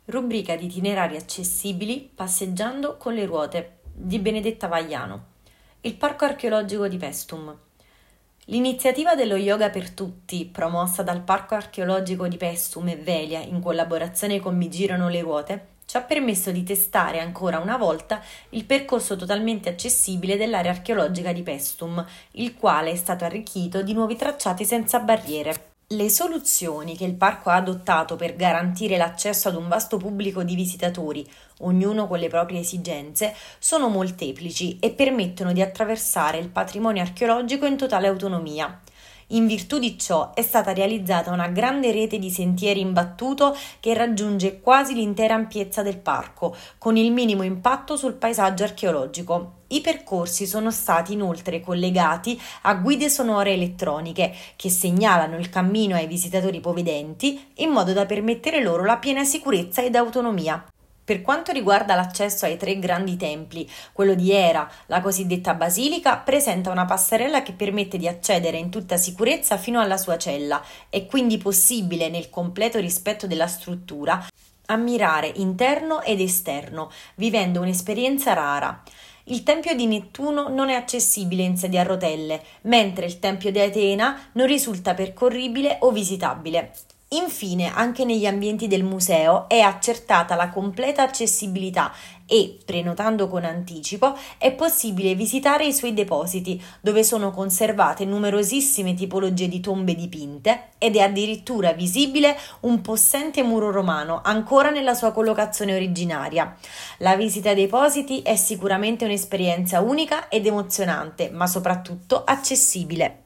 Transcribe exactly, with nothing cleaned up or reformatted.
Rubrica di itinerari accessibili passeggiando con le ruote di Benedetta Vagliano. Il Parco Archeologico di Paestum. L'iniziativa dello Yoga per Tutti, promossa dal Parco Archeologico di Paestum e Velia in collaborazione con Mi Girano le Ruote, ci ha permesso di testare ancora una volta il percorso totalmente accessibile dell'area archeologica di Paestum, il quale è stato arricchito di nuovi tracciati senza barriere. Le soluzioni che il parco ha adottato per garantire l'accesso ad un vasto pubblico di visitatori, ognuno con le proprie esigenze, sono molteplici e permettono di attraversare il patrimonio archeologico in totale autonomia. In virtù di ciò è stata realizzata una grande rete di sentieri in battuto che raggiunge quasi l'intera ampiezza del parco, con il minimo impatto sul paesaggio archeologico. I percorsi sono stati inoltre collegati a guide sonore elettroniche che segnalano il cammino ai visitatori ipovedenti in modo da permettere loro la piena sicurezza ed autonomia. Per quanto riguarda l'accesso ai tre grandi templi, quello di Era, la cosiddetta basilica, presenta una passerella che permette di accedere in tutta sicurezza fino alla sua cella. È quindi possibile, nel completo rispetto della struttura, ammirare interno ed esterno, vivendo un'esperienza rara. Il Tempio di Nettuno non è accessibile in sedia a rotelle, mentre il Tempio di Atena non risulta percorribile o visitabile. Infine, anche negli ambienti del museo è accertata la completa accessibilità e, prenotando con anticipo, è possibile visitare i suoi depositi, dove sono conservate numerosissime tipologie di tombe dipinte ed è addirittura visibile un possente muro romano ancora nella sua collocazione originaria. La visita ai depositi è sicuramente un'esperienza unica ed emozionante, ma soprattutto accessibile.